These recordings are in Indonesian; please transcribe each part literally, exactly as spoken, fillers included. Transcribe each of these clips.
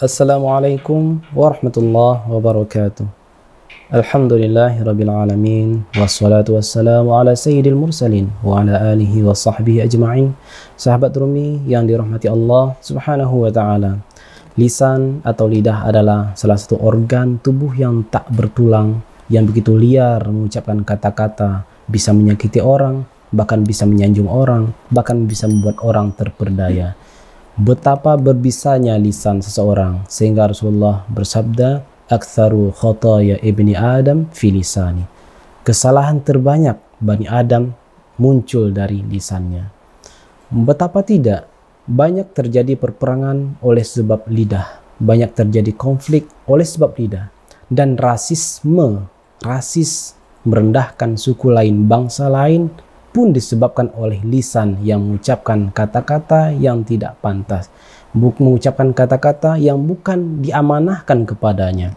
Assalamualaikum warahmatullahi wabarakatuh. Alhamdulillahirabbil alamin wassalatu wassalamu ala sayyidil mursalin wa ala alihi wa sahbihi ajma'in. Sahabat Rumi yang dirahmati Allah Subhanahu wa taala. Lisan atau lidah adalah salah satu organ tubuh yang tak bertulang, yang begitu liar mengucapkan kata-kata, bisa menyakiti orang, bahkan bisa menyanjung orang, bahkan bisa membuat orang terperdaya. Betapa berbisanya lisan seseorang sehingga Rasulullah bersabda, "Aktsaru khotoya ibni Adam fi lisani." Kesalahan terbanyak Bani Adam muncul dari lisannya. Betapa tidak banyak terjadi perperangan oleh sebab lidah, banyak terjadi konflik oleh sebab lidah, dan rasisme, rasis merendahkan suku lain, bangsa lain pun disebabkan oleh lisan yang mengucapkan kata-kata yang tidak pantas, mengucapkan kata-kata yang bukan diamanahkan kepadanya.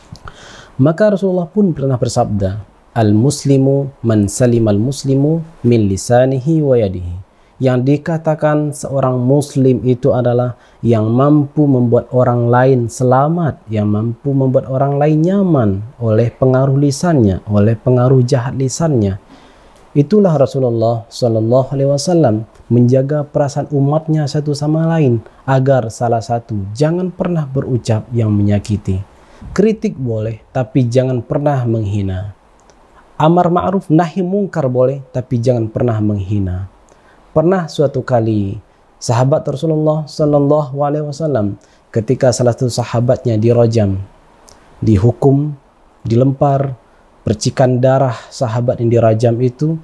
Maka Rasulullah pun pernah bersabda, "Al-muslimu man salimal muslimu min lisanihi wa yadihi." Yang dikatakan seorang muslim itu adalah yang mampu membuat orang lain selamat, yang mampu membuat orang lain nyaman oleh pengaruh lisannya, oleh pengaruh jahat lisannya. Itulah Rasulullah Shallallahu Alaihi Wasallam menjaga perasaan umatnya satu sama lain agar salah satu jangan pernah berucap yang menyakiti. Kritik boleh, tapi jangan pernah menghina. Amar ma'ruf nahi mungkar boleh, tapi jangan pernah menghina. Pernah suatu kali sahabat Rasulullah Shallallahu Alaihi Wasallam ketika salah satu sahabatnya dirajam, dihukum, dilempar, percikan darah sahabat yang dirajam itu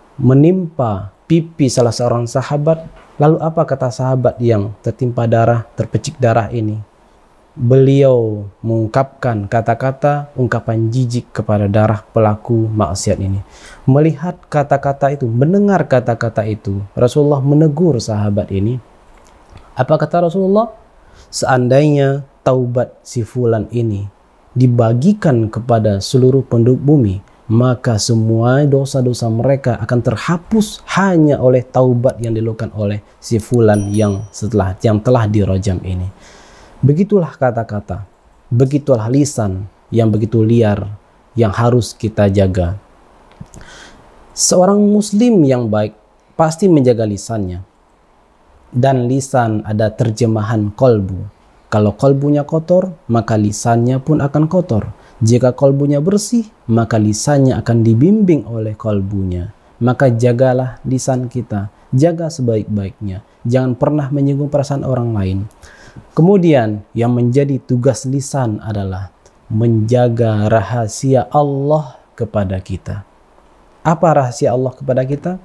menimpa pipi salah seorang sahabat. Lalu apa kata sahabat yang tertimpa darah, terpecik darah ini? Beliau mengungkapkan kata-kata ungkapan jijik kepada darah pelaku maksiat ini. Melihat kata-kata itu, mendengar kata-kata itu, Rasulullah menegur sahabat ini. Apa kata Rasulullah? Seandainya taubat si fulan ini dibagikan kepada seluruh penduduk bumi, maka semua dosa-dosa mereka akan terhapus hanya oleh taubat yang dilakukan oleh si fulan yang setelah yang telah dirajam ini. Begitulah kata-kata, begitulah lisan yang begitu liar yang harus kita jaga. Seorang muslim yang baik pasti menjaga lisannya. Dan lisan ada terjemahan kolbu. Kalau kolbunya kotor, maka lisannya pun akan kotor. Jika kolbunya bersih, maka lisannya akan dibimbing oleh kolbunya. Maka jagalah lisan kita, jaga sebaik-baiknya. Jangan pernah menyinggung perasaan orang lain. Kemudian yang menjadi tugas lisan adalah menjaga rahasia Allah kepada kita. Apa rahasia Allah kepada kita?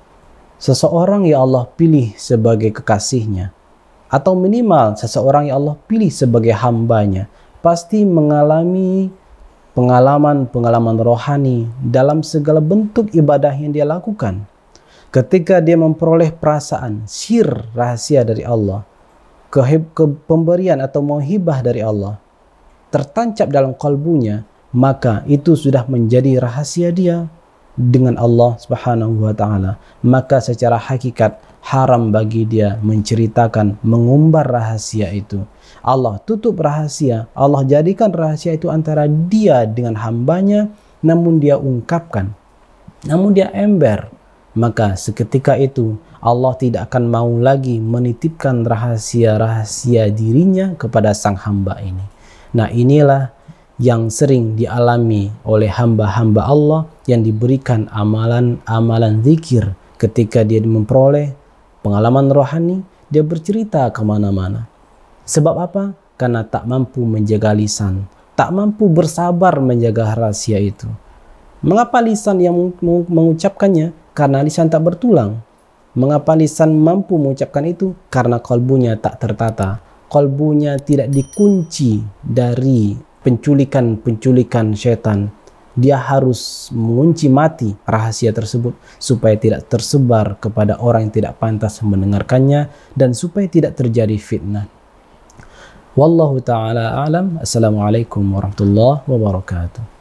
Seseorang yang Allah pilih sebagai kekasihnya, atau minimal seseorang yang Allah pilih sebagai hambanya, pasti mengalami pengalaman-pengalaman rohani dalam segala bentuk ibadah yang dia lakukan. Ketika dia memperoleh perasaan sir rahasia dari Allah, ke, ke pemberian atau mauhibah dari Allah tertancap dalam kalbunya, maka itu sudah menjadi rahasia dia dengan Allah Subhanahu wa taala. Maka secara hakikat haram bagi dia menceritakan, mengumbar rahasia itu. Allah tutup rahasia, Allah jadikan rahasia itu antara dia dengan hambanya, namun dia ungkapkan, namun dia ember. Maka seketika itu Allah tidak akan mau lagi menitipkan rahasia-rahasia dirinya kepada sang hamba ini. Nah, inilah yang sering dialami oleh hamba-hamba Allah yang diberikan amalan-amalan zikir. Ketika dia memperoleh pengalaman rohani, dia bercerita kemana-mana. Sebab apa? Karena tak mampu menjaga lisan, tak mampu bersabar menjaga rahasia itu. Mengapa lisan yang mengucapkannya? Karena lisan tak bertulang. Mengapa lisan mampu mengucapkan itu? Karena kalbunya tak tertata, kalbunya tidak dikunci dari penculikan-penculikan syaitan. Dia harus mengunci mati rahasia tersebut supaya tidak tersebar kepada orang yang tidak pantas mendengarkannya dan supaya tidak terjadi fitnah. Wallahu ta'ala a'lam. Assalamualaikum warahmatullahi wabarakatuh.